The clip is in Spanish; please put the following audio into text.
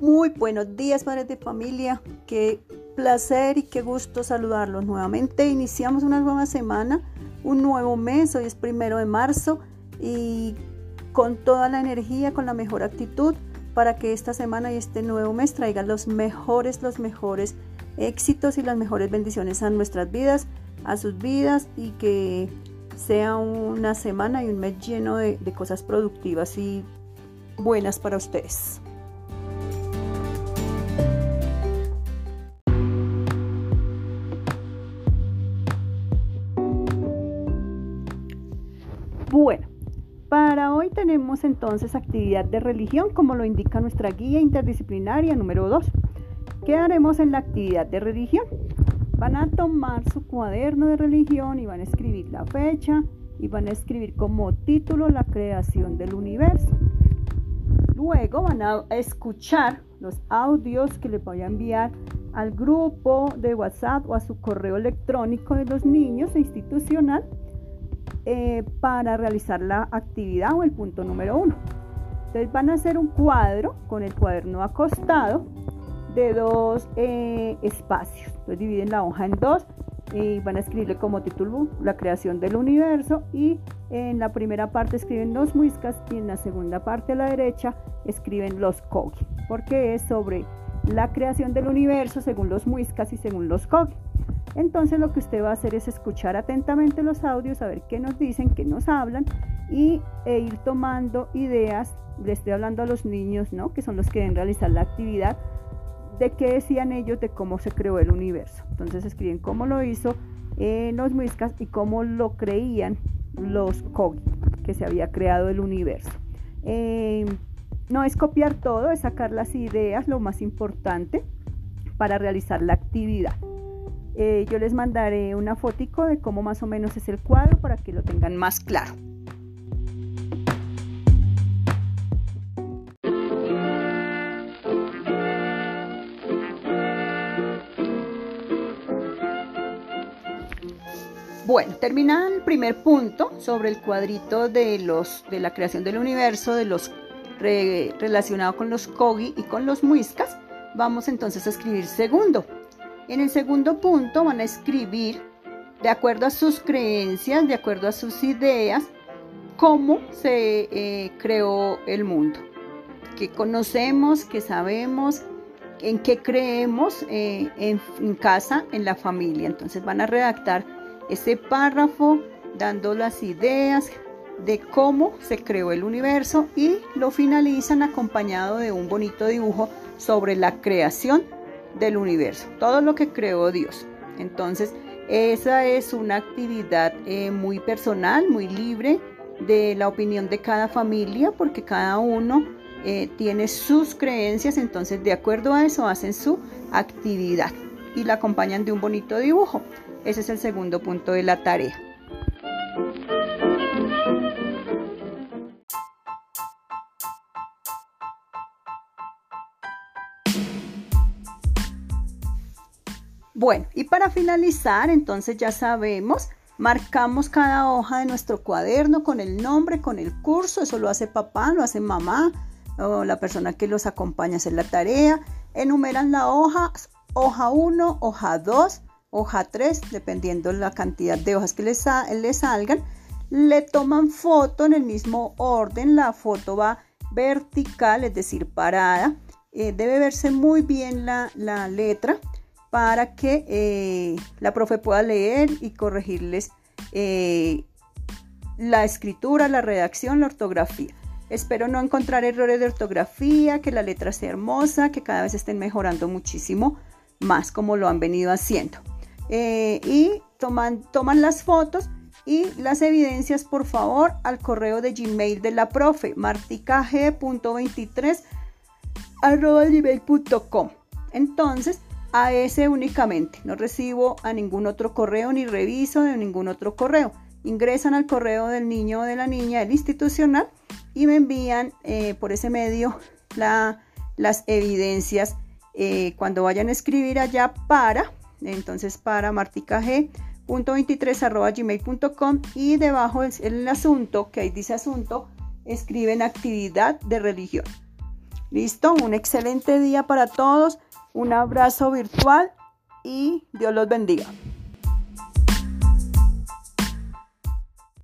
Muy buenos días, padres de familia. Qué placer y qué gusto saludarlos nuevamente. Iniciamos una nueva semana, un nuevo mes. Hoy es 1 de marzo y con toda la energía, con la mejor actitud para que esta semana y este nuevo mes traigan los mejores éxitos y las mejores bendiciones a nuestras vidas, a sus vidas, y que sea una semana y un mes lleno de cosas productivas y buenas para ustedes. Bueno, para hoy tenemos entonces actividad de religión, como lo indica nuestra guía interdisciplinaria número 2. ¿Qué haremos en la actividad de religión? Van a tomar su cuaderno de religión y van a escribir la fecha y van a escribir como título la creación del universo. Luego van a escuchar los audios que les voy a enviar al grupo de WhatsApp o a su correo electrónico de los niños institucional para realizar la actividad o el punto número 1. Entonces van a hacer un cuadro con el cuaderno acostado de 2 espacios. Entonces dividen la hoja en 2 y van a escribirle como título la creación del universo, y en la primera parte escriben los muiscas y en la segunda parte a la derecha escriben los kogi, porque es sobre la creación del universo según los muiscas y según los kogi. Entonces lo que usted va a hacer es escuchar atentamente los audios, a ver qué nos dicen, qué nos hablan, e ir tomando ideas. Le estoy hablando a los niños, ¿no?, que son los que deben realizar la actividad, de qué decían ellos de cómo se creó el universo. Entonces escriben cómo lo hizo los muiscas y cómo lo creían los kogi, que se había creado el universo. No es copiar todo, es sacar las ideas, lo más importante para realizar la actividad. Yo les mandaré una fotico de cómo más o menos es el cuadro para que lo tengan más claro. Bueno, termina el primer punto sobre el cuadrito de la creación del universo, relacionado con los kogi y con los muiscas. Vamos entonces a escribir segundo. En el segundo punto van a escribir, de acuerdo a sus creencias, de acuerdo a sus ideas, cómo se creó el mundo, qué conocemos, qué sabemos, en qué creemos en casa, en la familia. Entonces van a redactar ese párrafo dando las ideas de cómo se creó el universo y lo finalizan acompañado de un bonito dibujo sobre la creación del universo, todo lo que creó Dios. Entonces esa es una actividad muy personal, muy libre de la opinión de cada familia, porque cada uno tiene sus creencias. Entonces de acuerdo a eso hacen su actividad y la acompañan de un bonito dibujo. Ese es el segundo punto de la tarea. Bueno, y para finalizar, entonces ya sabemos, marcamos cada hoja de nuestro cuaderno con el nombre, con el curso. Eso lo hace papá, lo hace mamá o la persona que los acompaña a hacer la tarea. Enumeran la hoja 1, hoja 2, hoja 3, dependiendo la cantidad de hojas que les salgan. Le toman foto en el mismo orden. La foto va vertical, es decir, parada. Debe verse muy bien la letra para que la profe pueda leer y corregirles la escritura, la redacción, la ortografía. Espero no encontrar errores de ortografía, que la letra sea hermosa, que cada vez estén mejorando muchísimo más como lo han venido haciendo. Y toman las fotos y las evidencias, por favor, al correo de Gmail de la profe, marticag.23@gmail.com. Entonces, a ese únicamente, no recibo a ningún otro correo ni reviso de ningún otro correo. Ingresan al correo del niño o de la niña del institucional y me envían por ese medio las evidencias cuando vayan a escribir allá para marticag.23@gmail.com, y debajo el asunto, que ahí dice asunto, escriben actividad de religión. Listo, un excelente día para todos, un abrazo virtual y Dios los bendiga.